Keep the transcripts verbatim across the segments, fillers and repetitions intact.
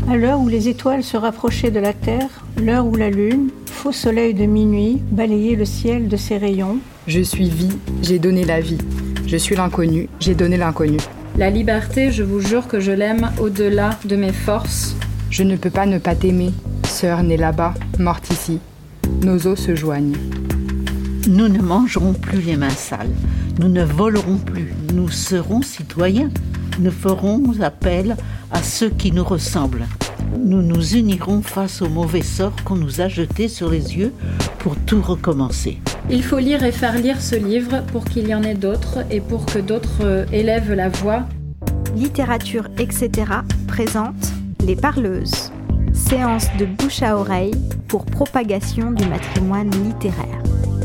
À l'heure où les étoiles se rapprochaient de la Terre, l'heure où la lune, faux soleil de minuit, balayait le ciel de ses rayons. Je suis vie, j'ai donné la vie. Je suis l'inconnu, j'ai donné l'inconnu. La liberté, je vous jure que je l'aime au-delà de mes forces. Je ne peux pas ne pas t'aimer, sœur née là-bas, morte ici. Nos os se joignent. Nous ne mangerons plus les mains sales. Nous ne volerons plus. Nous serons citoyens. Nous ferons appel à ceux qui nous ressemblent. Nous nous unirons face au mauvais sort qu'on nous a jeté sur les yeux pour tout recommencer. Il faut lire et faire lire ce livre pour qu'il y en ait d'autres et pour que d'autres élèvent la voix. Littérature, et cetera présente Les Parleuses. Séance de bouche à oreille pour propagation du matrimoine littéraire.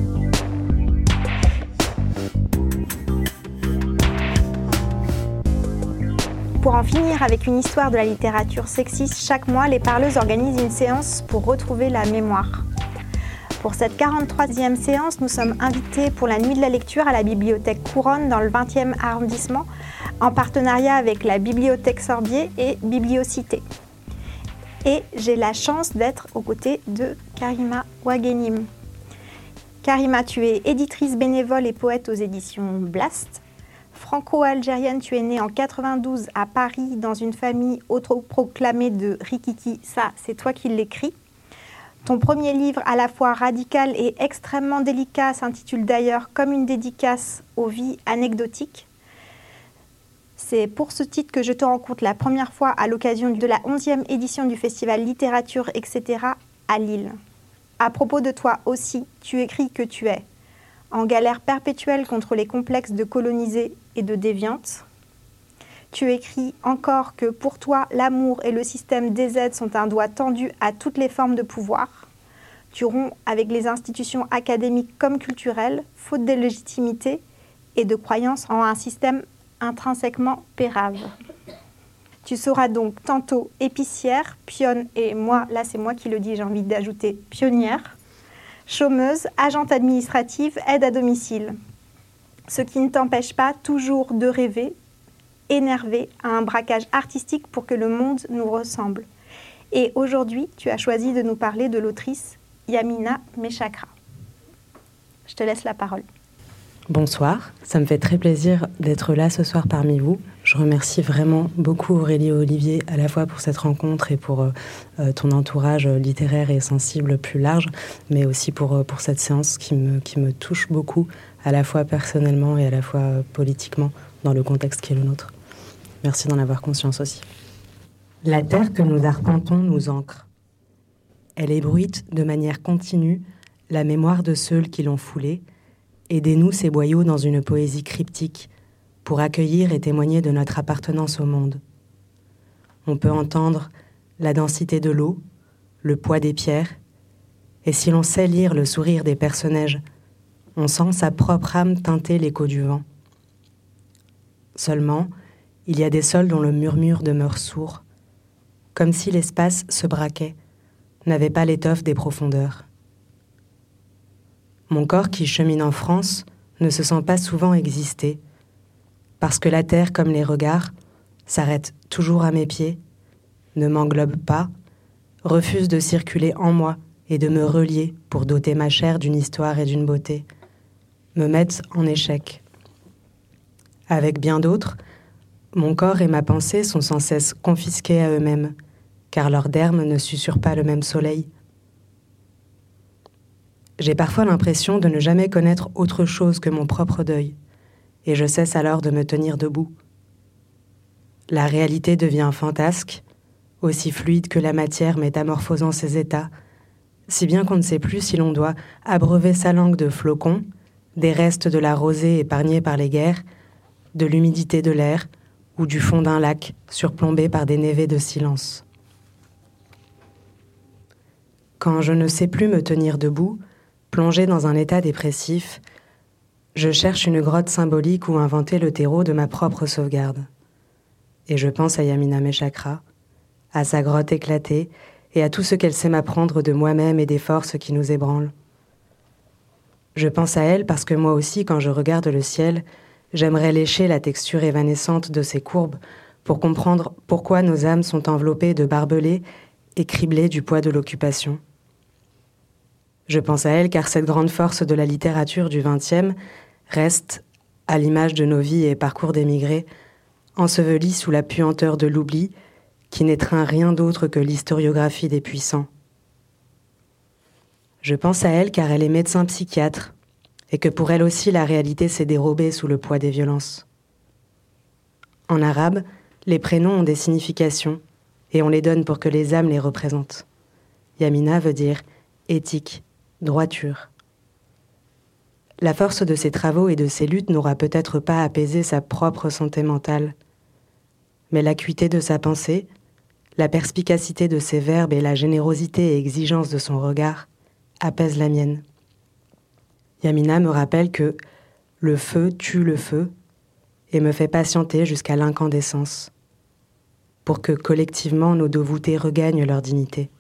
Pour en finir avec une histoire de la littérature sexiste, chaque mois, les Parleuses organisent une séance pour retrouver la mémoire. Pour cette quarante-troisième séance, nous sommes invités pour la nuit de la lecture à la bibliothèque Couronne dans le vingtième arrondissement, en partenariat avec la bibliothèque Sorbier et Bibliocité. Et j'ai la chance d'être aux côtés de Karima Ouaghenim. Karima, tu es éditrice bénévole et poète aux éditions Blast. Franco-algérienne, tu es née en quatre-vingt-douze à Paris dans une famille autoproclamée de Rikiki. Ça, c'est toi qui l'écris. Ton premier livre, à la fois radical et extrêmement délicat, s'intitule d'ailleurs Comme une dédicace aux vies anecdotiques. C'est pour ce titre que je te rencontre la première fois à l'occasion de la onzième édition du festival Littérature, et cetera à Lille. À propos de toi aussi, tu écris que tu es en galère perpétuelle contre les complexes de colonisés et de déviantes. Tu écris encore que pour toi, l'amour et le système D Z sont un doigt tendu à toutes les formes de pouvoir. Tu romps avec les institutions académiques comme culturelles, faute de légitimité et de croyance en un système intrinsèquement pérave. Tu seras donc tantôt épicière, pionne, et moi, là c'est moi qui le dis, j'ai envie d'ajouter pionnière, chômeuse, agente administrative, aide à domicile. Ce qui ne t'empêche pas toujours de rêver, énervé à un braquage artistique pour que le monde nous ressemble. Et aujourd'hui, tu as choisi de nous parler de l'autrice Yamina Meshakra. Je te laisse la parole. Bonsoir, ça me fait très plaisir d'être là ce soir parmi vous. Je remercie vraiment beaucoup Aurélie et Olivier à la fois pour cette rencontre et pour euh, ton entourage littéraire et sensible plus large, mais aussi pour, euh, pour cette séance qui me, qui me touche beaucoup, à la fois personnellement et à la fois euh, politiquement, dans le contexte qui est le nôtre. Merci d'en avoir conscience aussi. La terre que nous arpentons nous ancre. Elle ébruite de manière continue la mémoire de ceux qui l'ont foulée et dénoue ses boyaux dans une poésie cryptique pour accueillir et témoigner de notre appartenance au monde. On peut entendre la densité de l'eau, le poids des pierres, et si l'on sait lire le sourire des personnages, on sent sa propre âme teinter l'écho du vent. Seulement, il y a des sols dont le murmure demeure sourd, comme si l'espace se braquait, n'avait pas l'étoffe des profondeurs. Mon corps qui chemine en France ne se sent pas souvent exister, parce que la terre, comme les regards, s'arrête toujours à mes pieds, ne m'englobe pas, refuse de circuler en moi et de me relier pour doter ma chair d'une histoire et d'une beauté, me mettent en échec. Avec bien d'autres, mon corps et ma pensée sont sans cesse confisqués à eux-mêmes, car leurs dermes ne susurrent pas le même soleil. J'ai parfois l'impression de ne jamais connaître autre chose que mon propre deuil, et je cesse alors de me tenir debout. La réalité devient fantasque, aussi fluide que la matière métamorphosant ses états, si bien qu'on ne sait plus si l'on doit abreuver sa langue de flocons, des restes de la rosée épargnée par les guerres, de l'humidité de l'air ou du fond d'un lac surplombé par des névés de silence. Quand je ne sais plus me tenir debout, plongé dans un état dépressif, je cherche une grotte symbolique où inventer le terreau de ma propre sauvegarde. Et je pense à Yamina Meshakra, à sa grotte éclatée et à tout ce qu'elle sait m'apprendre de moi-même et des forces qui nous ébranlent. Je pense à elle parce que moi aussi, quand je regarde le ciel, j'aimerais lécher la texture évanescente de ses courbes pour comprendre pourquoi nos âmes sont enveloppées de barbelés et criblées du poids de l'occupation. Je pense à elle car cette grande force de la littérature du vingtième reste, à l'image de nos vies et parcours d'émigrés, ensevelie sous la puanteur de l'oubli qui n'étreint rien d'autre que l'historiographie des puissants. Je pense à elle car elle est médecin psychiatre et que pour elle aussi la réalité s'est dérobée sous le poids des violences. En arabe, les prénoms ont des significations et on les donne pour que les âmes les représentent. Yamina veut dire éthique, droiture. La force de ses travaux et de ses luttes n'aura peut-être pas apaisé sa propre santé mentale, mais l'acuité de sa pensée, la perspicacité de ses verbes et la générosité et exigence de son regard apaisent la mienne. Yamina me rappelle que le feu tue le feu et me fait patienter jusqu'à l'incandescence, pour que collectivement nos dos voûtés regagnent leur dignité.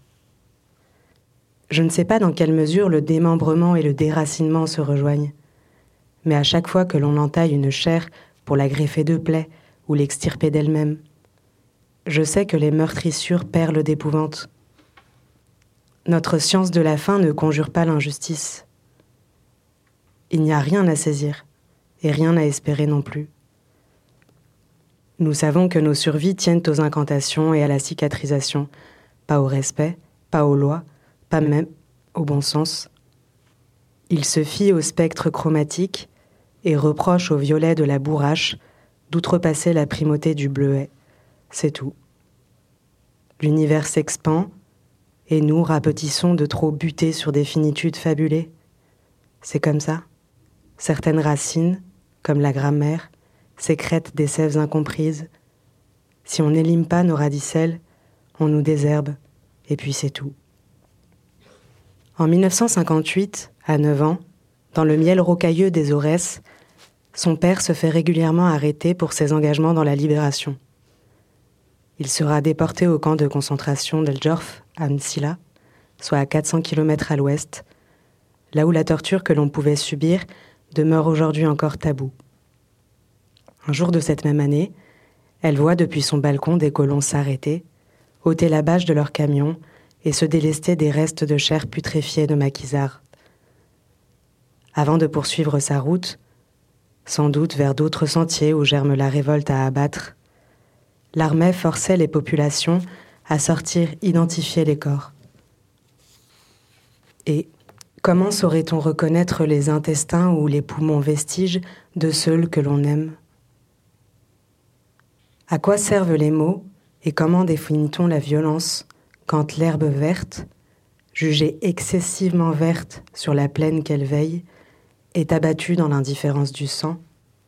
Je ne sais pas dans quelle mesure le démembrement et le déracinement se rejoignent, mais à chaque fois que l'on entaille une chair pour la greffer de plaies ou l'extirper d'elle-même, je sais que les meurtrissures perlent d'épouvante. Notre science de la faim ne conjure pas l'injustice. Il n'y a rien à saisir et rien à espérer non plus. Nous savons que nos survies tiennent aux incantations et à la cicatrisation, pas au respect, pas aux lois, pas même au bon sens. Il se fie au spectre chromatique et reproche au violet de la bourrache d'outrepasser la primauté du bleuet. C'est tout. L'univers s'expand et nous rapetissons de trop buter sur des finitudes fabulées. C'est comme ça. Certaines racines, comme la grammaire, sécrètent des sèves incomprises. Si on n'élime pas nos radicelles, on nous désherbe, et puis c'est tout. En mille neuf cent cinquante-huit, à neuf ans, dans le miel rocailleux des Aurès, son père se fait régulièrement arrêter pour ses engagements dans la libération. Il sera déporté au camp de concentration d'El Jorf, à Msila, soit à quatre cents kilomètres à l'ouest, là où la torture que l'on pouvait subir demeure aujourd'hui encore taboue. Un jour de cette même année, elle voit depuis son balcon des colons s'arrêter, ôter la bâche de leur camion et se délester des restes de chair putréfiée de maquisards. Avant de poursuivre sa route, sans doute vers d'autres sentiers où germe la révolte à abattre, l'armée forçait les populations à sortir identifier les corps. Et comment saurait-on reconnaître les intestins ou les poumons vestiges de ceux que l'on aime ? À quoi servent les mots et comment définit-on la violence quand l'herbe verte, jugée excessivement verte sur la plaine qu'elle veille, est abattue dans l'indifférence du sang ?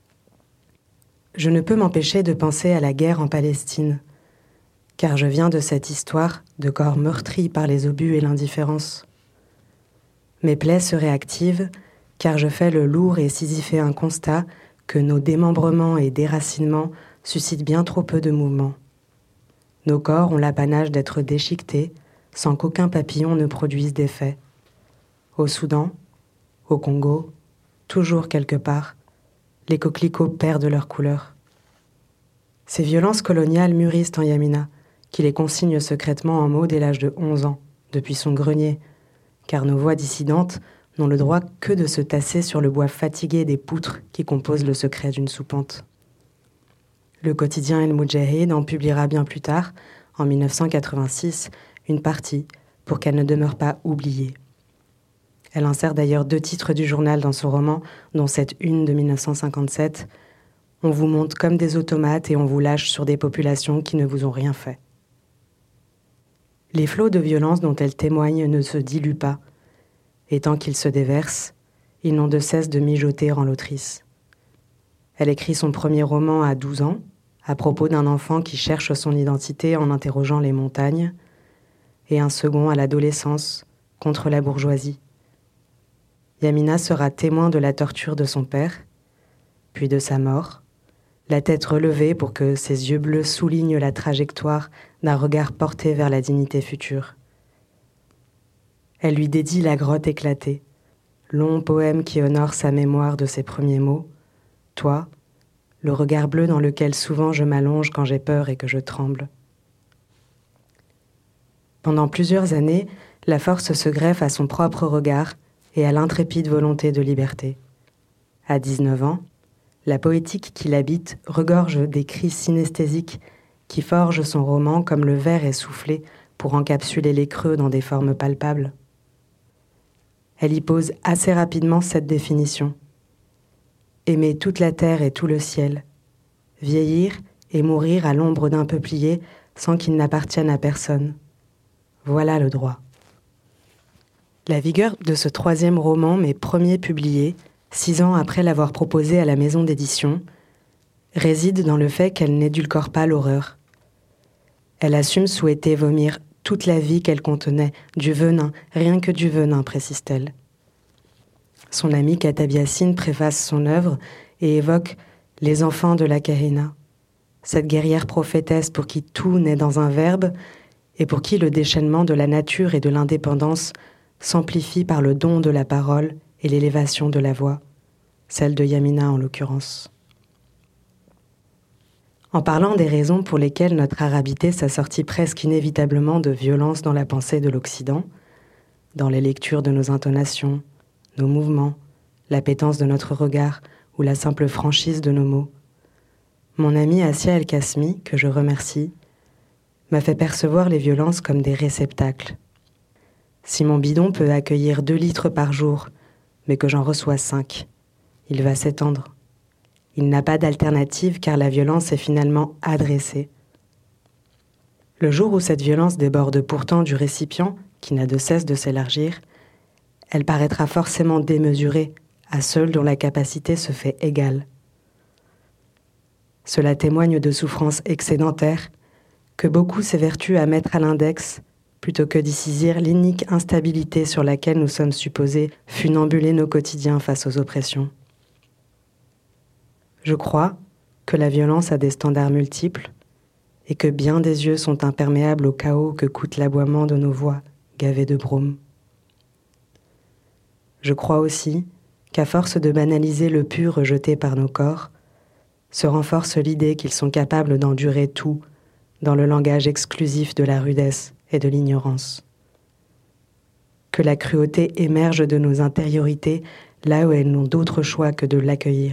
Je ne peux m'empêcher de penser à la guerre en Palestine, car je viens de cette histoire de corps meurtris par les obus et l'indifférence. Mes plaies se réactivent, car je fais le lourd et sisyphéen constat que nos démembrements et déracinements suscitent bien trop peu de mouvement. Nos corps ont l'apanage d'être déchiquetés sans qu'aucun papillon ne produise d'effet. Au Soudan, au Congo, toujours quelque part, les coquelicots perdent leur couleur. Ces violences coloniales mûrissent en Yamina, qui les consigne secrètement en mots dès l'âge de onze ans, depuis son grenier, car nos voix dissidentes n'ont le droit que de se tasser sur le bois fatigué des poutres qui composent le secret d'une soupente. Le quotidien El Moudjahid en publiera bien plus tard, en mille neuf cent quatre-vingt-six, une partie pour qu'elle ne demeure pas oubliée. Elle insère d'ailleurs deux titres du journal dans son roman, dont cette une de mille neuf cent cinquante-sept. On vous monte comme des automates et on vous lâche sur des populations qui ne vous ont rien fait. Les flots de violence dont elle témoigne ne se diluent pas, et tant qu'ils se déversent, ils n'ont de cesse de mijoter en l'autrice. Elle écrit son premier roman à douze ans, à propos d'un enfant qui cherche son identité en interrogeant les montagnes, et un second à l'adolescence, contre la bourgeoisie. Yamina sera témoin de la torture de son père, puis de sa mort, la tête relevée pour que ses yeux bleus soulignent la trajectoire d'un regard porté vers la dignité future. Elle lui dédie La grotte éclatée, long poème qui honore sa mémoire de ses premiers mots. Toi, le regard bleu dans lequel souvent je m'allonge quand j'ai peur et que je tremble. Pendant plusieurs années, la force se greffe à son propre regard et à l'intrépide volonté de liberté. À dix-neuf ans, la poétique qui l'habite regorge des cris synesthésiques qui forgent son roman comme le verre est soufflé pour encapsuler les creux dans des formes palpables. Elle y pose assez rapidement cette définition. Aimer toute la terre et tout le ciel, vieillir et mourir à l'ombre d'un peuplier sans qu'il n'appartienne à personne. Voilà le droit. La vigueur de ce troisième roman, mes premiers publiés, six ans après l'avoir proposé à la maison d'édition, réside dans le fait qu'elle n'édulcore pas l'horreur. Elle assume souhaiter vomir toute la vie qu'elle contenait, du venin, rien que du venin, précise-t-elle. Son amie Katabi Yassine préface son œuvre et évoque les enfants de la Kahina, cette guerrière prophétesse pour qui tout naît dans un verbe et pour qui le déchaînement de la nature et de l'indépendance s'amplifie par le don de la parole et l'élévation de la voix, celle de Yamina en l'occurrence. En parlant des raisons pour lesquelles notre arabité s'assortit presque inévitablement de violence dans la pensée de l'Occident, dans les lectures de nos intonations, nos mouvements, l'appétence de notre regard ou la simple franchise de nos mots, mon ami Assia El-Kasmi, que je remercie, m'a fait percevoir les violences comme des réceptacles. Si mon bidon peut accueillir deux litres par jour, mais que j'en reçois cinq, il va s'étendre. Il n'a pas d'alternative car la violence est finalement adressée. Le jour où cette violence déborde pourtant du récipient, qui n'a de cesse de s'élargir, elle paraîtra forcément démesurée à ceux dont la capacité se fait égale. Cela témoigne de souffrances excédentaires que beaucoup s'évertuent à mettre à l'index plutôt que d'y saisir l'inique instabilité sur laquelle nous sommes supposés funambuler nos quotidiens face aux oppressions. Je crois que la violence a des standards multiples et que bien des yeux sont imperméables au chaos que coûte l'aboiement de nos voix gavées de brume. Je crois aussi qu'à force de banaliser le pur rejeté par nos corps, se renforce l'idée qu'ils sont capables d'endurer tout dans le langage exclusif de la rudesse et de l'ignorance. Que la cruauté émerge de nos intériorités là où elles n'ont d'autre choix que de l'accueillir.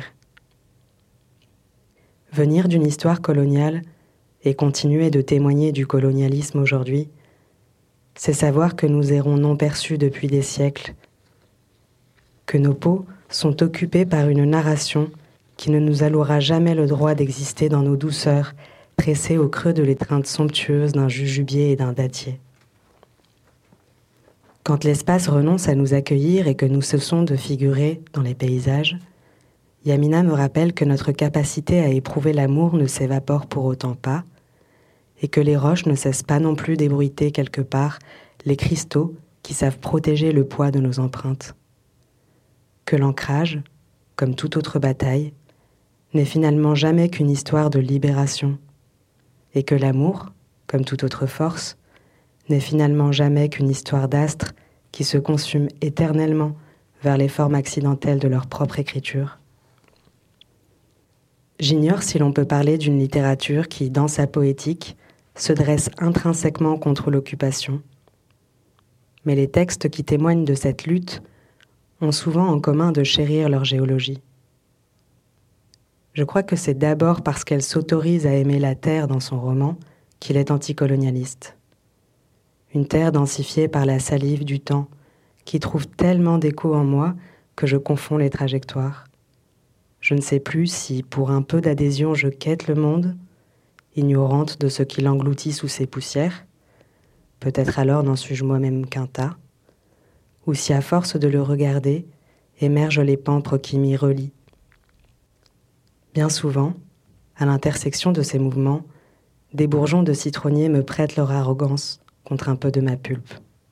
Venir d'une histoire coloniale et continuer de témoigner du colonialisme aujourd'hui, c'est savoir que nous errons non perçus depuis des siècles, que nos peaux sont occupées par une narration qui ne nous allouera jamais le droit d'exister dans nos douceurs, tressées au creux de l'étreinte somptueuse d'un jujubier et d'un dattier. Quand l'espace renonce à nous accueillir et que nous cessons de figurer dans les paysages, Yamina me rappelle que notre capacité à éprouver l'amour ne s'évapore pour autant pas, et que les roches ne cessent pas non plus d'ébruiter quelque part les cristaux qui savent protéger le poids de nos empreintes. Que l'ancrage, comme toute autre bataille, n'est finalement jamais qu'une histoire de libération, et que l'amour, comme toute autre force, n'est finalement jamais qu'une histoire d'astres qui se consument éternellement vers les formes accidentelles de leur propre écriture. J'ignore si l'on peut parler d'une littérature qui, dans sa poétique, se dresse intrinsèquement contre l'occupation. Mais les textes qui témoignent de cette lutte ont souvent en commun de chérir leur géologie. Je crois que c'est d'abord parce qu'elle s'autorise à aimer la terre dans son roman qu'il est anticolonialiste. Une terre densifiée par la salive du temps, qui trouve tellement d'écho en moi que je confonds les trajectoires. Je ne sais plus si, pour un peu d'adhésion, je quête le monde, ignorante de ce qui l'engloutit sous ses poussières, peut-être alors n'en suis-je moi-même qu'un tas, ou si à force de le regarder, émergent les pampres qui m'y relient. Bien souvent, à l'intersection de ces mouvements, des bourgeons de citronnier me prêtent leur arrogance contre un peu de ma pulpe.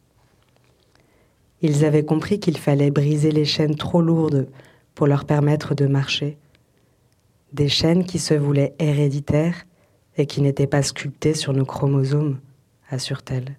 Ils avaient compris qu'il fallait briser les chaînes trop lourdes pour leur permettre de marcher, des chaînes qui se voulaient héréditaires et qui n'étaient pas sculptées sur nos chromosomes, assure-t-elle.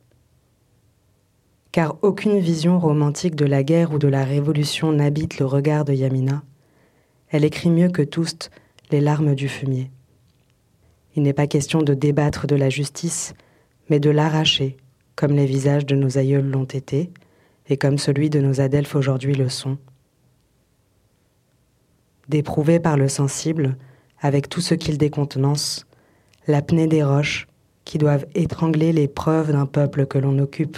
Car aucune vision romantique de la guerre ou de la révolution n'habite le regard de Yamina. Elle écrit mieux que tous les larmes du fumier. Il n'est pas question de débattre de la justice, mais de l'arracher, comme les visages de nos aïeuls l'ont été, et comme celui de nos adelphes aujourd'hui le sont. D'éprouver par le sensible, avec tout ce qu'il décontenance, l'apnée des roches qui doivent étrangler les preuves d'un peuple que l'on occupe.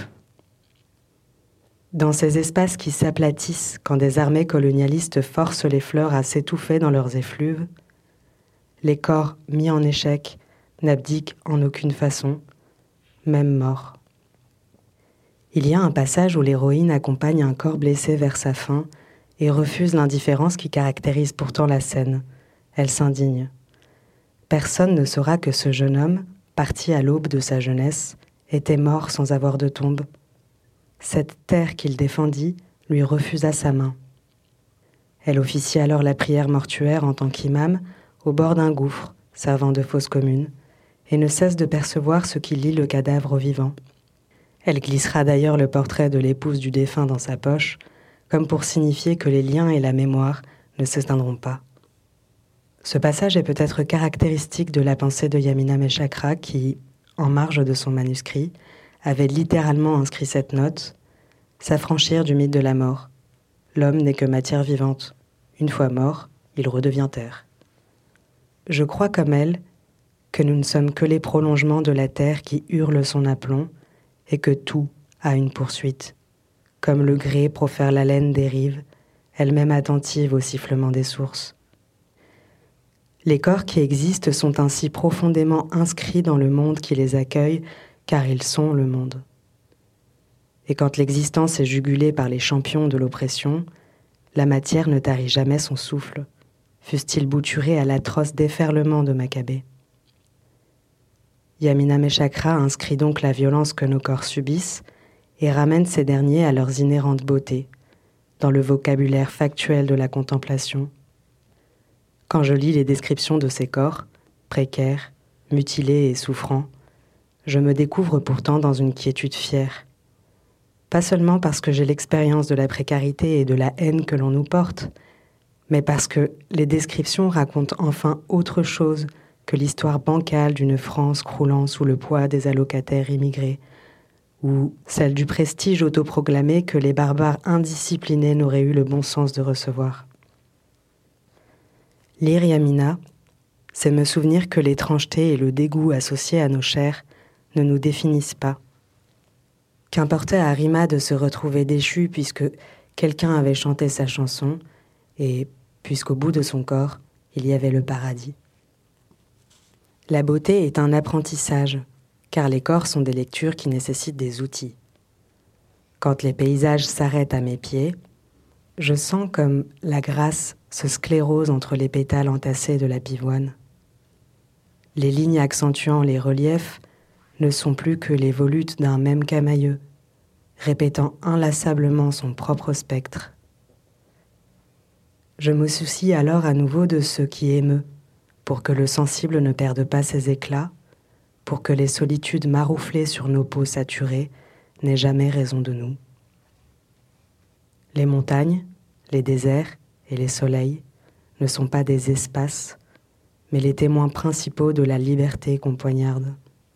Dans ces espaces qui s'aplatissent quand des armées colonialistes forcent les fleurs à s'étouffer dans leurs effluves, les corps mis en échec n'abdiquent en aucune façon, même morts. Il y a un passage où l'héroïne accompagne un corps blessé vers sa fin et refuse l'indifférence qui caractérise pourtant la scène. Elle s'indigne. Personne ne saura que ce jeune homme, parti à l'aube de sa jeunesse, était mort sans avoir de tombe. Cette terre qu'il défendit lui refusa sa main. Elle officie alors la prière mortuaire en tant qu'imam au bord d'un gouffre servant de fosse commune et ne cesse de percevoir ce qui lie le cadavre au vivant. Elle glissera d'ailleurs le portrait de l'épouse du défunt dans sa poche, comme pour signifier que les liens et la mémoire ne s'éteindront pas. Ce passage est peut-être caractéristique de la pensée de Yamina Meshakra qui, en marge de son manuscrit, avait littéralement inscrit cette note « S'affranchir du mythe de la mort. L'homme n'est que matière vivante. Une fois mort, il redevient terre. » Je crois comme elle que nous ne sommes que les prolongements de la terre qui hurle son aplomb et que tout a une poursuite. Comme le gré profère l'haleine des rives, elle-même attentive au sifflement des sources. Les corps qui existent sont ainsi profondément inscrits dans le monde qui les accueille, car ils sont le monde. Et quand l'existence est jugulée par les champions de l'oppression, la matière ne tarit jamais son souffle, fût-il bouturé à l'atroce déferlement de Maccabée. Yamina Meshakra inscrit donc la violence que nos corps subissent et ramène ces derniers à leurs inhérentes beautés, dans le vocabulaire factuel de la contemplation. Quand je lis les descriptions de ces corps, précaires, mutilés et souffrants, je me découvre pourtant dans une quiétude fière. Pas seulement parce que j'ai l'expérience de la précarité et de la haine que l'on nous porte, mais parce que les descriptions racontent enfin autre chose que l'histoire bancale d'une France croulant sous le poids des allocataires immigrés, ou celle du prestige autoproclamé que les barbares indisciplinés n'auraient eu le bon sens de recevoir. Lire Yamina, c'est me souvenir que l'étrangeté et le dégoût associés à nos chairs ne nous définissent pas. Qu'importait à Rima de se retrouver déchue puisque quelqu'un avait chanté sa chanson et puisqu'au bout de son corps, il y avait le paradis. La beauté est un apprentissage, car les corps sont des lectures qui nécessitent des outils. Quand les paysages s'arrêtent à mes pieds, je sens comme la grâce se sclérose entre les pétales entassés de la pivoine. Les lignes accentuant les reliefs ne sont plus que les volutes d'un même camailleux, répétant inlassablement son propre spectre. Je me soucie alors à nouveau de ce qui émeut, pour que le sensible ne perde pas ses éclats, pour que les solitudes marouflées sur nos peaux saturées n'aient jamais raison de nous. Les montagnes, les déserts et les soleils ne sont pas des espaces, mais les témoins principaux de la liberté qu'on poignarde.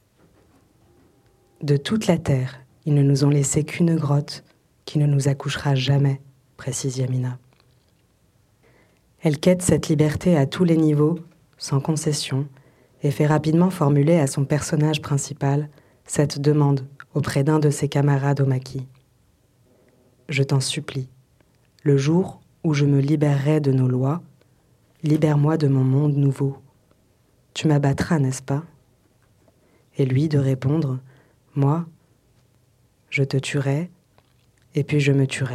De toute la terre, ils ne nous ont laissé qu'une grotte qui ne nous accouchera jamais, précise Yamina. Elle quête cette liberté à tous les niveaux, sans concession, et fait rapidement formuler à son personnage principal cette demande auprès d'un de ses camarades au maquis. « Je t'en supplie, le jour où je me libérerai de nos lois, libère-moi de mon monde nouveau. Tu m'abattras, n'est-ce pas ?» Et lui de répondre « Moi, je te tuerai, et puis je me tuerai. »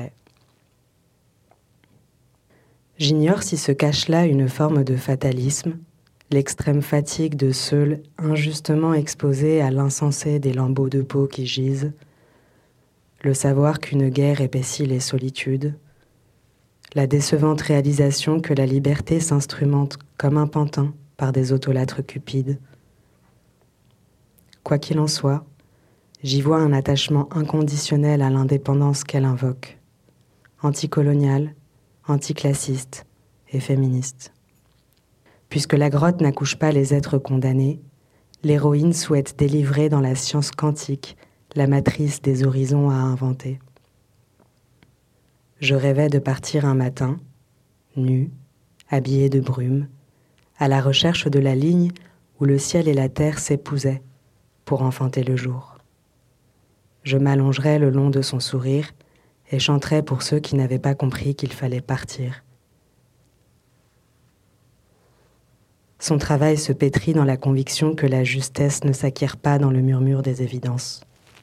J'ignore si se cache là une forme de fatalisme, l'extrême fatigue de ceux injustement exposés à l'insensé des lambeaux de peau qui gisent, le savoir qu'une guerre épaissit les solitudes, la décevante réalisation que la liberté s'instrumente comme un pantin par des autolâtres cupides. Quoi qu'il en soit, j'y vois un attachement inconditionnel à l'indépendance qu'elle invoque, anticoloniale, anticlassiste et féministe. Puisque la grotte n'accouche pas les êtres condamnés, l'héroïne souhaite délivrer dans la science quantique la matrice des horizons à inventer. Je rêvais de partir un matin, nu, habillé de brume, à la recherche de la ligne où le ciel et la terre s'épousaient pour enfanter le jour. Je m'allongerais le long de son sourire et chanterais pour ceux qui n'avaient pas compris qu'il fallait partir. Son travail se pétrit dans la conviction que la justesse ne s'acquiert pas dans le murmure des évidences.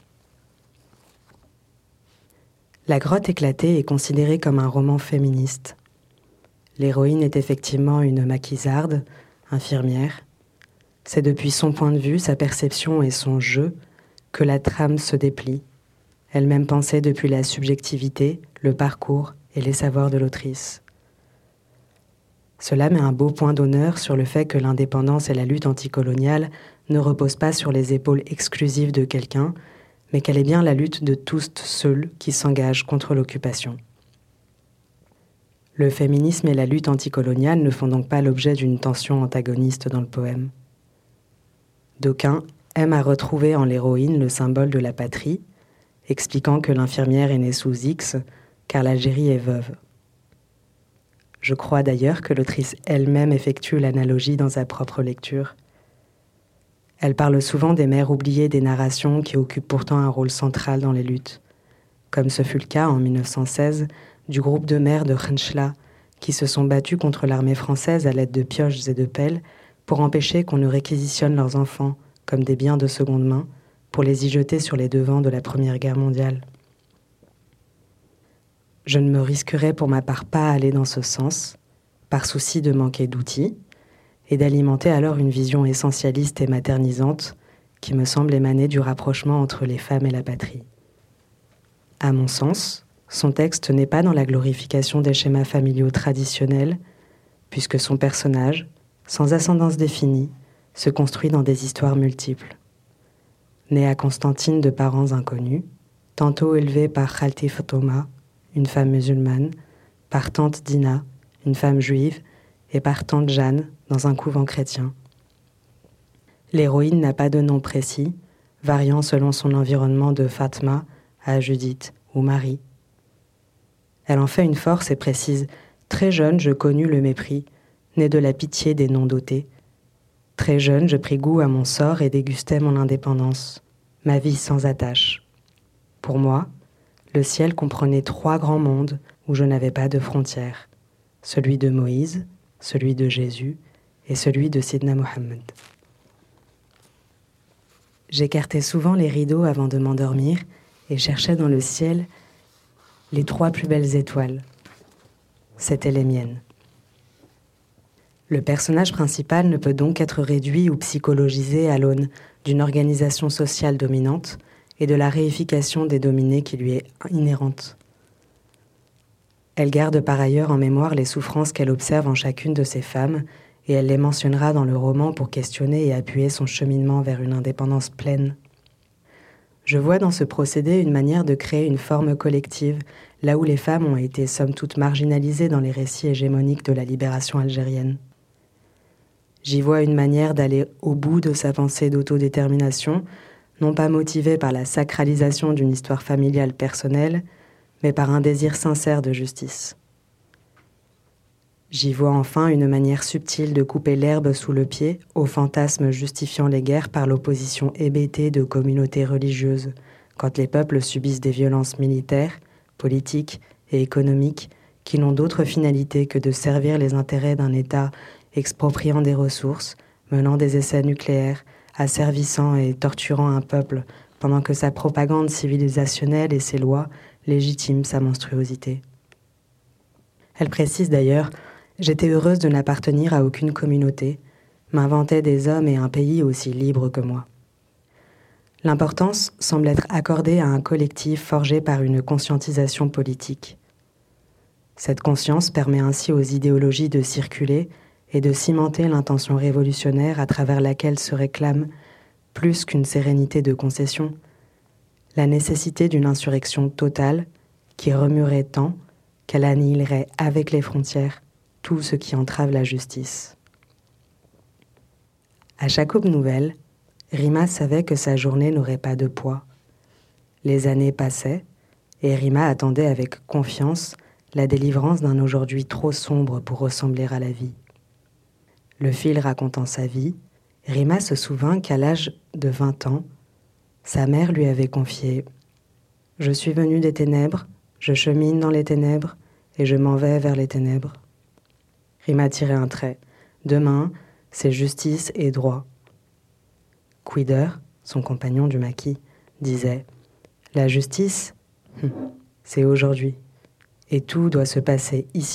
La grotte éclatée est considérée comme un roman féministe. L'héroïne est effectivement une maquisarde, infirmière. C'est depuis son point de vue, sa perception et son jeu que la trame se déplie, elle-même pensée depuis la subjectivité, le parcours et les savoirs de l'autrice. Cela met un beau point d'honneur sur le fait que l'indépendance et la lutte anticoloniale ne reposent pas sur les épaules exclusives de quelqu'un, mais qu'elle est bien la lutte de tous ceux qui s'engagent contre l'occupation. Le féminisme et la lutte anticoloniale ne font donc pas l'objet d'une tension antagoniste dans le poème. D'aucuns aiment à retrouver en l'héroïne le symbole de la patrie, expliquant que l'infirmière est née sous X, car l'Algérie est veuve. Je crois d'ailleurs que l'autrice elle-même effectue l'analogie dans sa propre lecture. Elle parle souvent des mères oubliées des narrations qui occupent pourtant un rôle central dans les luttes, comme ce fut le cas en mille neuf cent seize du groupe de mères de Khenchela qui se sont battues contre l'armée française à l'aide de pioches et de pelles pour empêcher qu'on ne réquisitionne leurs enfants comme des biens de seconde main pour les y jeter sur les devants de la Première Guerre mondiale. Je ne me risquerai pour ma part pas à aller dans ce sens, par souci de manquer d'outils, et d'alimenter alors une vision essentialiste et maternisante qui me semble émaner du rapprochement entre les femmes et la patrie. À mon sens, son texte n'est pas dans la glorification des schémas familiaux traditionnels, puisque son personnage, sans ascendance définie, se construit dans des histoires multiples. Né à Constantine de parents inconnus, tantôt élevé par Khalti Fatoma, une femme musulmane, par tante Dina, une femme juive, et par tante Jeanne, dans un couvent chrétien. L'héroïne n'a pas de nom précis, variant selon son environnement de Fatma à Judith ou Marie. Elle en fait une force et précise « Très jeune, je connus le mépris, né de la pitié des non-dotés. Très jeune, je pris goût à mon sort et dégustais mon indépendance, ma vie sans attache. Pour moi, le ciel comprenait trois grands mondes où je n'avais pas de frontières, celui de Moïse, celui de Jésus et celui de Sidna Mohammed. J'écartais souvent les rideaux avant de m'endormir et cherchais dans le ciel les trois plus belles étoiles. C'étaient les miennes. Le personnage principal ne peut donc être réduit ou psychologisé à l'aune d'une organisation sociale dominante et de la réification des dominés qui lui est inhérente. Elle garde par ailleurs en mémoire les souffrances qu'elle observe en chacune de ces femmes, et elle les mentionnera dans le roman pour questionner et appuyer son cheminement vers une indépendance pleine. Je vois dans ce procédé une manière de créer une forme collective, là où les femmes ont été somme toute marginalisées dans les récits hégémoniques de la libération algérienne. J'y vois une manière d'aller au bout de sa pensée d'autodétermination, non pas motivée par la sacralisation d'une histoire familiale personnelle, mais par un désir sincère de justice. J'y vois enfin une manière subtile de couper l'herbe sous le pied au fantasme justifiant les guerres par l'opposition hébétée de communautés religieuses, quand les peuples subissent des violences militaires, politiques et économiques qui n'ont d'autre finalité que de servir les intérêts d'un État expropriant des ressources, menant des essais nucléaires, asservissant et torturant un peuple pendant que sa propagande civilisationnelle et ses lois légitiment sa monstruosité. Elle précise d'ailleurs « J'étais heureuse de n'appartenir à aucune communauté, m'inventais des hommes et un pays aussi libres que moi. » L'importance semble être accordée à un collectif forgé par une conscientisation politique. Cette conscience permet ainsi aux idéologies de circuler et de cimenter l'intention révolutionnaire à travers laquelle se réclame, plus qu'une sérénité de concession, la nécessité d'une insurrection totale qui remuerait tant qu'elle annihilerait avec les frontières tout ce qui entrave la justice. À chaque aube nouvelle, Rima savait que sa journée n'aurait pas de poids. Les années passaient, et Rima attendait avec confiance la délivrance d'un aujourd'hui trop sombre pour ressembler à la vie. Le fil racontant sa vie, Rima se souvint qu'à l'âge de vingt ans, sa mère lui avait confié « Je suis venue des ténèbres, je chemine dans les ténèbres, et je m'en vais vers les ténèbres. » Rima tirait un trait. Demain, c'est justice et droit. Quider, son compagnon du maquis, disait « La justice, c'est aujourd'hui, et tout doit se passer ici-bas. »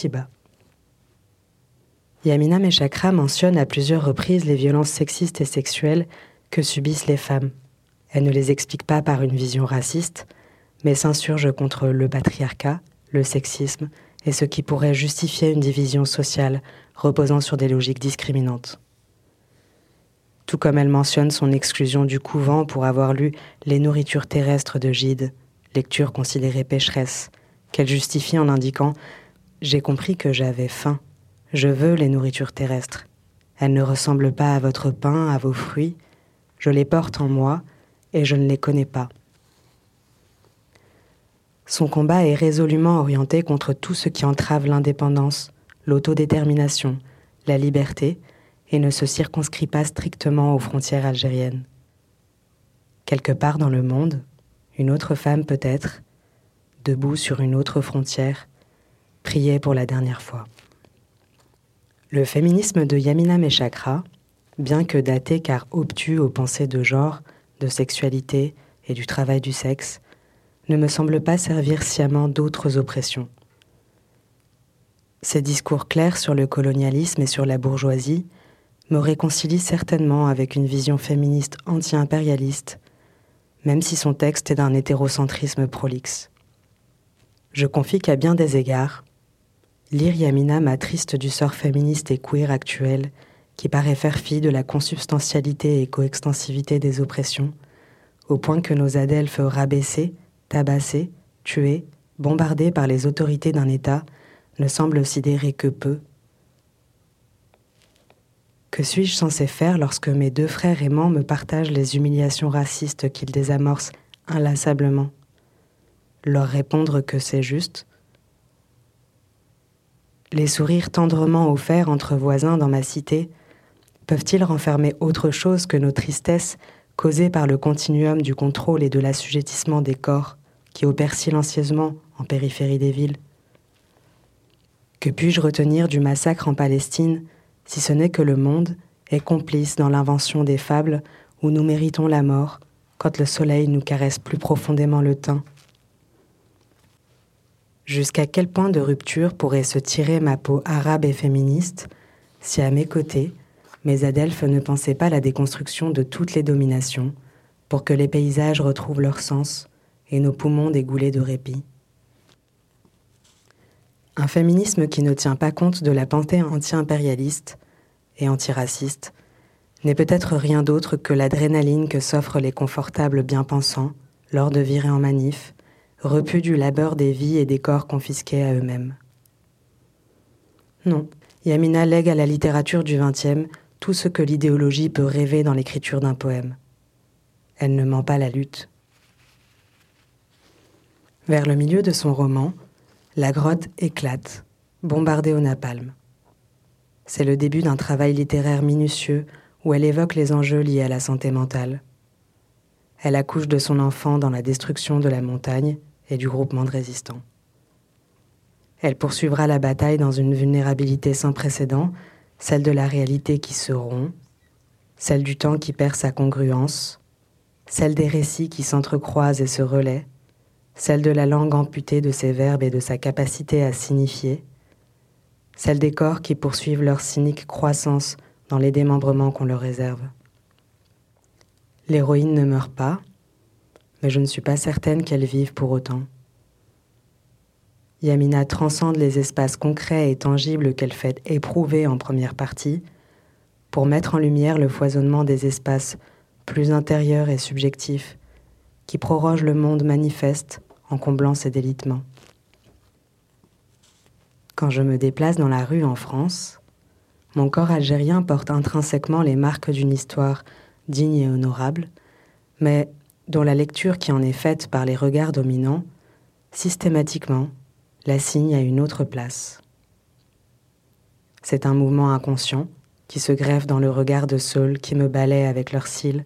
Yamina Meshakra mentionne à plusieurs reprises les violences sexistes et sexuelles que subissent les femmes. Elle ne les explique pas par une vision raciste, mais s'insurge contre le patriarcat, le sexisme et ce qui pourrait justifier une division sociale reposant sur des logiques discriminantes. Tout comme elle mentionne son exclusion du couvent pour avoir lu Les nourritures terrestres de Gide, lecture considérée pécheresse, qu'elle justifie en indiquant « J'ai compris que j'avais faim. Je veux les nourritures terrestres. Elles ne ressemblent pas à votre pain, à vos fruits. Je les porte en moi et je ne les connais pas. » Son combat est résolument orienté contre tout ce qui entrave l'indépendance, l'autodétermination, la liberté et ne se circonscrit pas strictement aux frontières algériennes. Quelque part dans le monde, une autre femme peut-être, debout sur une autre frontière, priait pour la dernière fois. Le féminisme de Yamina Meshakra, bien que daté car obtus aux pensées de genre, de sexualité et du travail du sexe, ne me semble pas servir sciemment d'autres oppressions. Ces discours clairs sur le colonialisme et sur la bourgeoisie me réconcilient certainement avec une vision féministe anti-impérialiste, même si son texte est d'un hétérocentrisme prolixe. Je confie qu'à bien des égards, lire Yamina m'attriste du sort féministe et queer actuel qui paraît faire fi de la consubstantialité et coextensivité des oppressions, au point que nos adelphes rabaissés, tabassés, tués, bombardés par les autorités d'un État ne semblent sidérer que peu. Que suis-je censé faire lorsque mes deux frères aimants me partagent les humiliations racistes qu'ils désamorcent inlassablement? Leur répondre que c'est juste? Les sourires tendrement offerts entre voisins dans ma cité peuvent-ils renfermer autre chose que nos tristesses causées par le continuum du contrôle et de l'assujettissement des corps qui opèrent silencieusement en périphérie des villes? Que puis-je retenir du massacre en Palestine si ce n'est que le monde est complice dans l'invention des fables où nous méritons la mort quand le soleil nous caresse plus profondément le teint? Jusqu'à quel point de rupture pourrait se tirer ma peau arabe et féministe si à mes côtés, mes adelphes ne pensaient pas la déconstruction de toutes les dominations pour que les paysages retrouvent leur sens et nos poumons dégoulés de répit? Un féminisme qui ne tient pas compte de la pensée anti-impérialiste et antiraciste n'est peut-être rien d'autre que l'adrénaline que s'offrent les confortables bien-pensants lors de virées en manif, repus du labeur des vies et des corps confisqués à eux-mêmes. Non, Yamina lègue à la littérature du vingtième tout ce que l'idéologie peut rêver dans l'écriture d'un poème. Elle ne ment pas la lutte. Vers le milieu de son roman, la grotte éclate, bombardée au napalm. C'est le début d'un travail littéraire minutieux où elle évoque les enjeux liés à la santé mentale. Elle accouche de son enfant dans la destruction de la montagne et du groupement de résistants. Elle poursuivra la bataille dans une vulnérabilité sans précédent, celle de la réalité qui se rompt, celle du temps qui perd sa congruence, celle des récits qui s'entrecroisent et se relaient, celle de la langue amputée de ses verbes et de sa capacité à signifier, celle des corps qui poursuivent leur cynique croissance dans les démembrements qu'on leur réserve. L'héroïne ne meurt pas, mais je ne suis pas certaine qu'elle vive pour autant. Yamina transcende les espaces concrets et tangibles qu'elle fait éprouver en première partie pour mettre en lumière le foisonnement des espaces plus intérieurs et subjectifs qui prorogent le monde manifeste en comblant ses délitements. Quand je me déplace dans la rue en France, Mon corps algérien porte intrinsèquement les marques d'une histoire digne et honorable, mais dont la lecture qui en est faite par les regards dominants, systématiquement, l'assigne à une autre place. C'est un mouvement inconscient qui se greffe dans le regard de ceux qui me balaient avec leurs cils.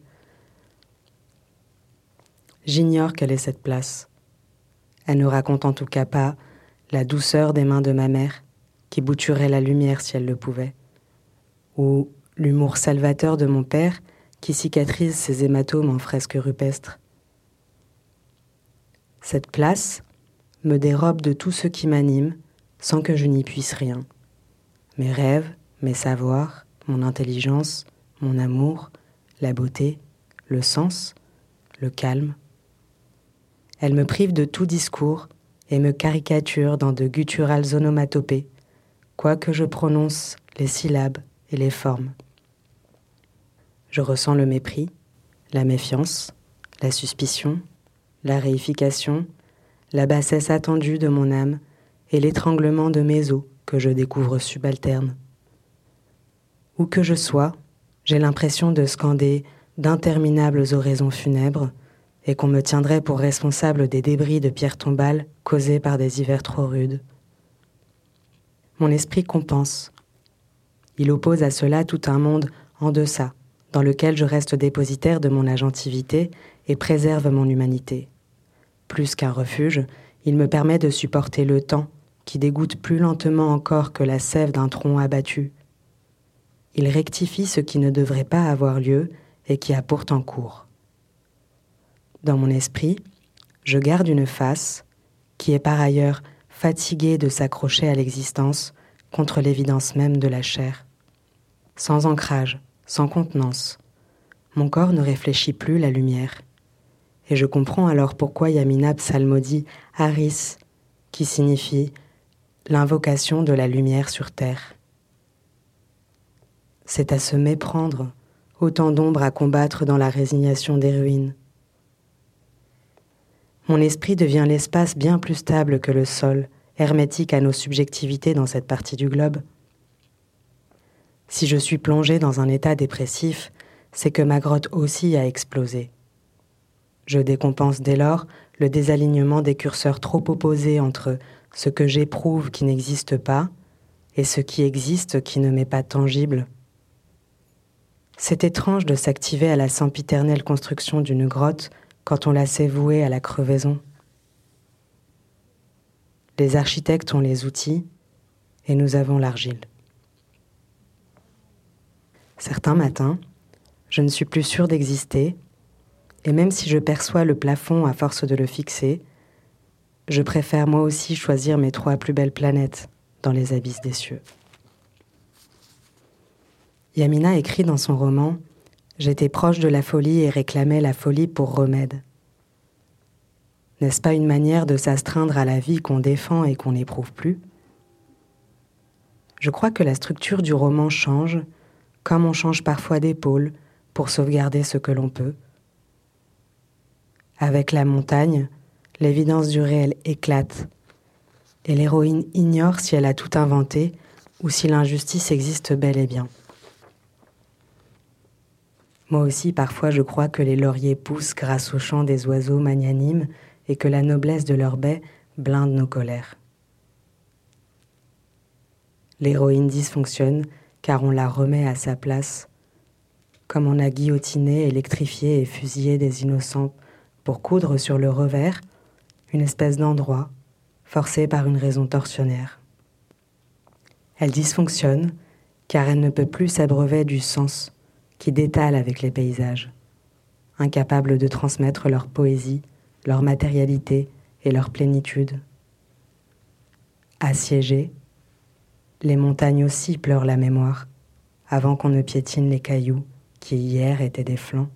J'ignore quelle est cette place. Elle ne raconte en tout cas pas la douceur des mains de ma mère, qui bouturait la lumière si elle le pouvait, ou l'humour salvateur de mon père, qui cicatrise ses hématomes en fresques rupestres. Cette place me dérobe de tout ce qui m'anime sans que je n'y puisse rien. Mes rêves, mes savoirs, mon intelligence, mon amour, la beauté, le sens, le calme. Elle me prive de tout discours et me caricature dans de gutturales onomatopées, quoique je prononce les syllabes et les formes. Je ressens le mépris, la méfiance, la suspicion, la réification, la bassesse attendue de mon âme et l'étranglement de mes os que je découvre subalternes. Où que je sois, j'ai l'impression de scander d'interminables oraisons funèbres et qu'on me tiendrait pour responsable des débris de pierres tombales causés par des hivers trop rudes. Mon esprit compense. Il oppose à cela tout un monde en deçà, dans lequel je reste dépositaire de mon agentivité et préserve mon humanité. Plus qu'un refuge, il me permet de supporter le temps qui dégoûte plus lentement encore que la sève d'un tronc abattu. Il rectifie ce qui ne devrait pas avoir lieu et qui a pourtant cours. Dans mon esprit, je garde une face qui est par ailleurs fatiguée de s'accrocher à l'existence contre l'évidence même de la chair. Sans ancrage, sans contenance, mon corps ne réfléchit plus la lumière. Et je comprends alors pourquoi Yamina psalmodie Haris, qui signifie l'invocation de la lumière sur terre. C'est à se méprendre, autant d'ombres à combattre dans la résignation des ruines. Mon esprit devient l'espace bien plus stable que le sol, hermétique à nos subjectivités dans cette partie du globe. Si je suis plongé dans un état dépressif, c'est que ma grotte aussi a explosé. Je décompense dès lors le désalignement des curseurs trop opposés entre ce que j'éprouve qui n'existe pas et ce qui existe qui ne m'est pas tangible. C'est étrange de s'activer à la sempiternelle construction d'une grotte quand on la sait vouée à la crevaison. Les architectes ont les outils et nous avons l'argile. Certains matins, je ne suis plus sûre d'exister, et même si je perçois le plafond à force de le fixer, je préfère moi aussi choisir mes trois plus belles planètes dans les abysses des cieux. Yamina écrit dans son roman « J'étais proche de la folie et réclamais la folie pour remède ». N'est-ce pas une manière de s'astreindre à la vie qu'on défend et qu'on n'éprouve plus ? Je crois que la structure du roman change, comme on change parfois d'épaule pour sauvegarder ce que l'on peut. Avec la montagne, l'évidence du réel éclate, et l'héroïne ignore si elle a tout inventé ou si l'injustice existe bel et bien. Moi aussi, parfois, je crois que les lauriers poussent grâce au chant des oiseaux magnanimes et que la noblesse de leur baie blinde nos colères. L'héroïne dysfonctionne car on la remet à sa place, comme on a guillotiné, électrifié et fusillé des innocents pour coudre sur le revers une espèce d'endroit forcé par une raison tortionnaire. Elle dysfonctionne car elle ne peut plus s'abreuver du sens qui détale avec les paysages, incapable de transmettre leur poésie, leur matérialité et leur plénitude. Assiégées, les montagnes aussi pleurent la mémoire, avant qu'on ne piétine les cailloux qui hier étaient des flancs.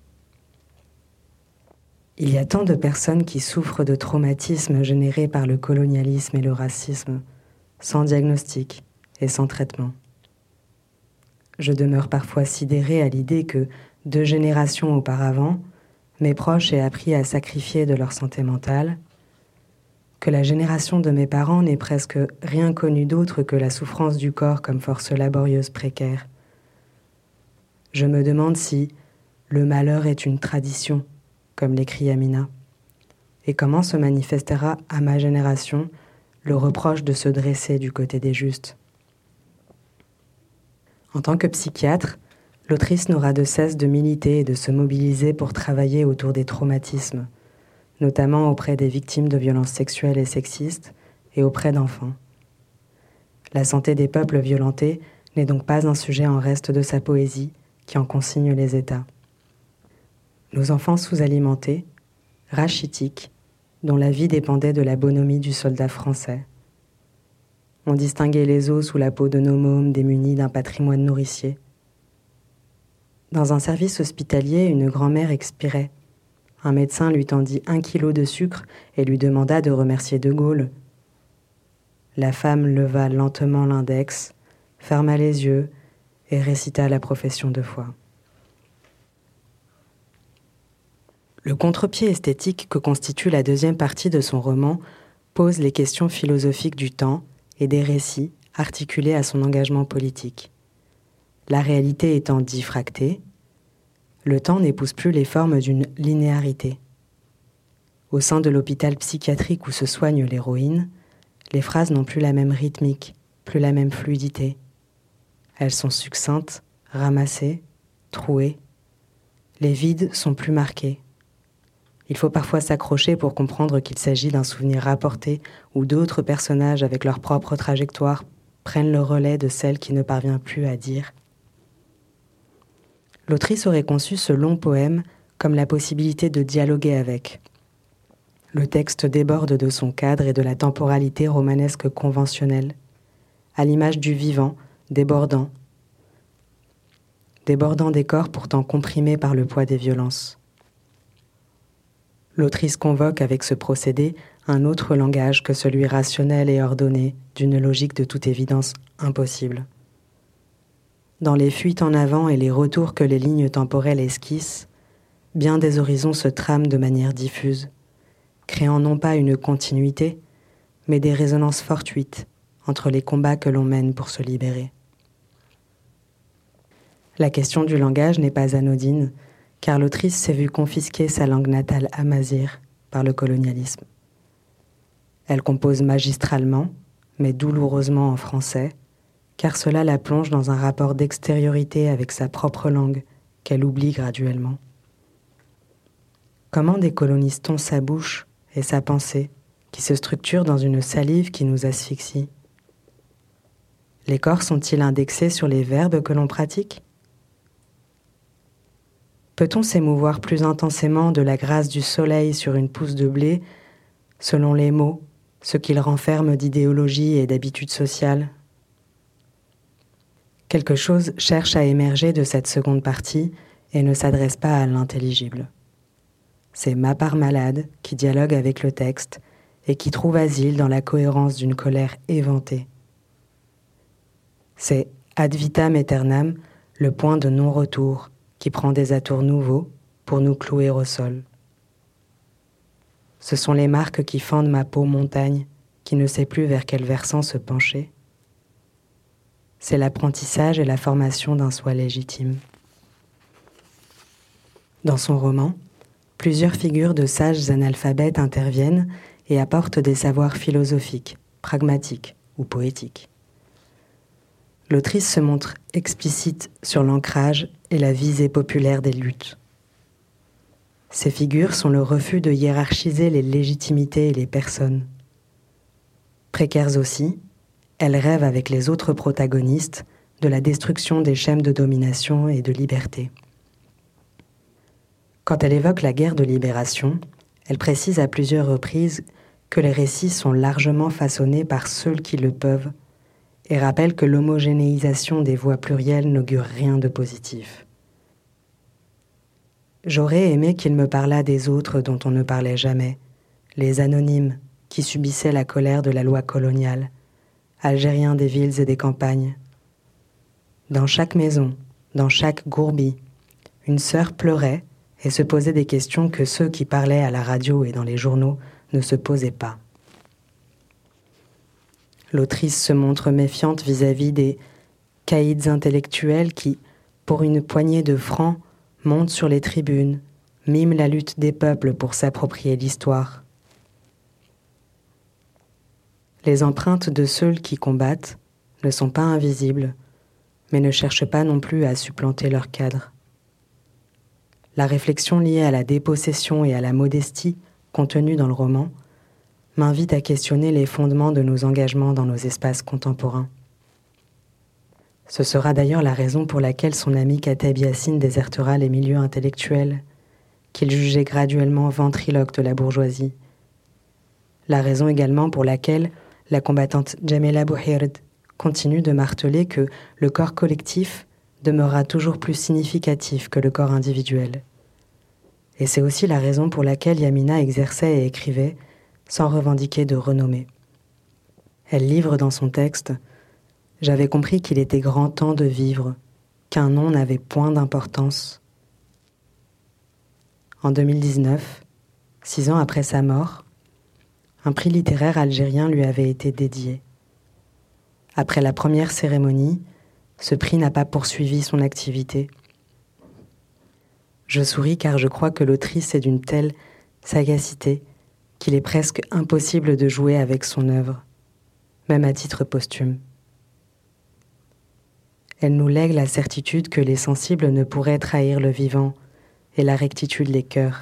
Il y a tant de personnes qui souffrent de traumatismes générés par le colonialisme et le racisme, sans diagnostic et sans traitement. Je demeure parfois sidérée à l'idée que, deux générations auparavant, mes proches aient appris à sacrifier de leur santé mentale, que la génération de mes parents n'ait presque rien connu d'autre que la souffrance du corps comme force laborieuse précaire. Je me demande si le malheur est une tradition, comme l'écrit Amina, et comment se manifestera à ma génération le reproche de se dresser du côté des justes. En tant que psychiatre, l'autrice n'aura de cesse de militer et de se mobiliser pour travailler autour des traumatismes, notamment auprès des victimes de violences sexuelles et sexistes et auprès d'enfants. La santé des peuples violentés n'est donc pas un sujet en reste de sa poésie qui en consigne les états. Nos enfants sous-alimentés, rachitiques, dont la vie dépendait de la bonhomie du soldat français. On distinguait les os sous la peau de nos mômes démunis d'un patrimoine nourricier. Dans un service hospitalier, une grand-mère expirait. Un médecin lui tendit un kilo de sucre et lui demanda de remercier De Gaulle. La femme leva lentement l'index, ferma les yeux et récita la profession de foi. Le contre-pied esthétique que constitue la deuxième partie de son roman pose les questions philosophiques du temps et des récits articulés à son engagement politique. La réalité étant diffractée, le temps n'épouse plus les formes d'une linéarité. Au sein de l'hôpital psychiatrique où se soigne l'héroïne, les phrases n'ont plus la même rythmique, plus la même fluidité. Elles sont succinctes, ramassées, trouées. Les vides sont plus marqués. Il faut parfois s'accrocher pour comprendre qu'il s'agit d'un souvenir rapporté où d'autres personnages avec leur propre trajectoire prennent le relais de celle qui ne parvient plus à dire. L'autrice aurait conçu ce long poème comme la possibilité de dialoguer avec. Le texte déborde de son cadre et de la temporalité romanesque conventionnelle, à l'image du vivant, débordant, débordant des corps pourtant comprimés par le poids des violences. L'autrice convoque avec ce procédé un autre langage que celui rationnel et ordonné d'une logique de toute évidence impossible. Dans les fuites en avant et les retours que les lignes temporelles esquissent, bien des horizons se trament de manière diffuse, créant non pas une continuité, mais des résonances fortuites entre les combats que l'on mène pour se libérer. La question du langage n'est pas anodine, car l'autrice s'est vue confisquer sa langue natale amazigh par le colonialisme. Elle compose magistralement, mais douloureusement en français, car cela la plonge dans un rapport d'extériorité avec sa propre langue qu'elle oublie graduellement. Comment décolonise-t-on sa bouche et sa pensée qui se structurent dans une salive qui nous asphyxie? Les corps sont-ils indexés sur les verbes que l'on pratique? Peut-on s'émouvoir plus intensément de la grâce du soleil sur une pousse de blé, selon les mots, ce qu'ils renferment d'idéologie et d'habitudes sociales? Quelque chose cherche à émerger de cette seconde partie et ne s'adresse pas à l'intelligible. C'est ma part malade qui dialogue avec le texte et qui trouve asile dans la cohérence d'une colère éventée. C'est ad vitam aeternam, le point de non-retour, qui prend des atours nouveaux pour nous clouer au sol. Ce sont les marques qui fendent ma peau montagne, qui ne sait plus vers quel versant se pencher. C'est l'apprentissage et la formation d'un soi légitime. Dans son roman, plusieurs figures de sages analphabètes interviennent et apportent des savoirs philosophiques, pragmatiques ou poétiques. L'autrice se montre explicite sur l'ancrage et la visée populaire des luttes. Ces figures sont le refus de hiérarchiser les légitimités et les personnes. Précaires aussi, elles rêvent avec les autres protagonistes de la destruction des schèmes de domination et de liberté. Quand elle évoque la guerre de libération, elle précise à plusieurs reprises que les récits sont largement façonnés par ceux qui le peuvent et rappelle que l'homogénéisation des voix plurielles n'augure rien de positif. J'aurais aimé qu'il me parlât des autres dont on ne parlait jamais, les anonymes qui subissaient la colère de la loi coloniale, Algériens des villes et des campagnes. Dans chaque maison, dans chaque gourbie, une sœur pleurait et se posait des questions que ceux qui parlaient à la radio et dans les journaux ne se posaient pas. L'autrice se montre méfiante vis-à-vis des caïds intellectuels qui, pour une poignée de francs, montent sur les tribunes, miment la lutte des peuples pour s'approprier l'histoire. Les empreintes de ceux qui combattent ne sont pas invisibles, mais ne cherchent pas non plus à supplanter leur cadre. La réflexion liée à la dépossession et à la modestie contenue dans le roman m'invite à questionner les fondements de nos engagements dans nos espaces contemporains. Ce sera d'ailleurs la raison pour laquelle son ami Kateb Yassine désertera les milieux intellectuels, qu'il jugeait graduellement ventriloques de la bourgeoisie. La raison également pour laquelle la combattante Jamila Bouhird continue de marteler que le corps collectif demeurera toujours plus significatif que le corps individuel. Et c'est aussi la raison pour laquelle Yamina exerçait et écrivait sans revendiquer de renommée. Elle livre dans son texte « J'avais compris qu'il était grand temps de vivre, qu'un nom n'avait point d'importance. » En deux mille dix-neuf, six ans après sa mort, un prix littéraire algérien lui avait été dédié. Après la première cérémonie, ce prix n'a pas poursuivi son activité. Je souris car je crois que l'autrice est d'une telle sagacité qu'il est presque impossible de jouer avec son œuvre, même à titre posthume. Elle nous lègue la certitude que les sensibles ne pourraient trahir le vivant et la rectitude les cœurs.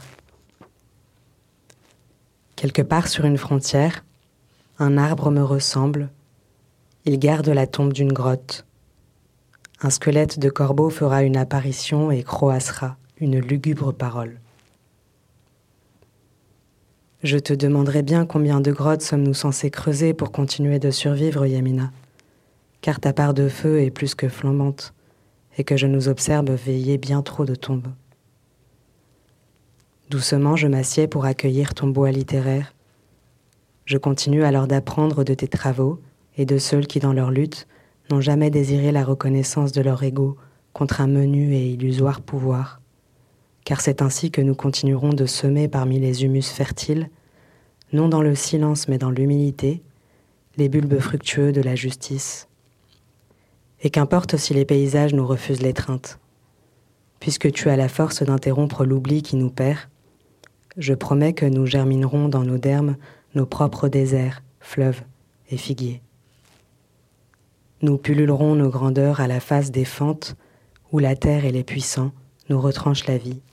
Quelque part sur une frontière, un arbre me ressemble, il garde la tombe d'une grotte. Un squelette de corbeau fera une apparition et croassera une lugubre parole. Je te demanderai bien combien de grottes sommes-nous censés creuser pour continuer de survivre, Yamina, car ta part de feu est plus que flambante, et que je nous observe veiller bien trop de tombes. Doucement, je m'assieds pour accueillir ton bois littéraire. Je continue alors d'apprendre de tes travaux et de ceux qui, dans leur lutte, n'ont jamais désiré la reconnaissance de leur ego contre un menu et illusoire pouvoir. Car c'est ainsi que nous continuerons de semer parmi les humus fertiles, non dans le silence mais dans l'humilité, les bulbes fructueux de la justice. Et qu'importe si les paysages nous refusent l'étreinte. Puisque tu as la force d'interrompre l'oubli qui nous perd, je promets que nous germinerons dans nos dermes nos propres déserts, fleuves et figuiers. Nous pullulerons nos grandeurs à la face des fentes où la terre et les puissants nous retranchent la vie.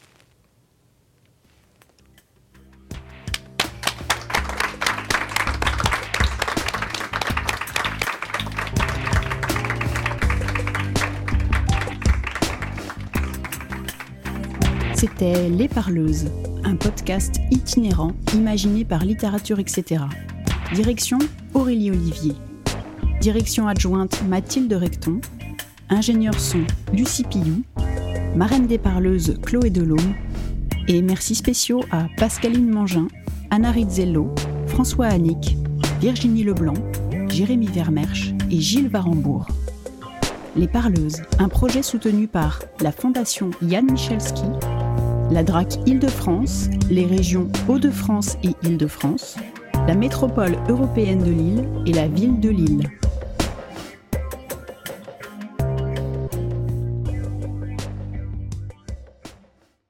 C'était Les Parleuses, un podcast itinérant imaginé par Littérature, et cetera. Direction Aurélie Olivier. Direction adjointe Mathilde Recton. Ingénieur son Lucie Pillou. Marraine des Parleuses Chloé Delhomme. Et merci spéciaux à Pascaline Mangin, Anna Rizzello, François Annick, Virginie Leblanc, Jérémy Vermersch et Gilles Varembourg. Les Parleuses, un projet soutenu par la Fondation Jan Michalski, la D R A C Île-de-France, les régions Hauts-de-France et Île-de-France, la métropole européenne de Lille et la ville de Lille.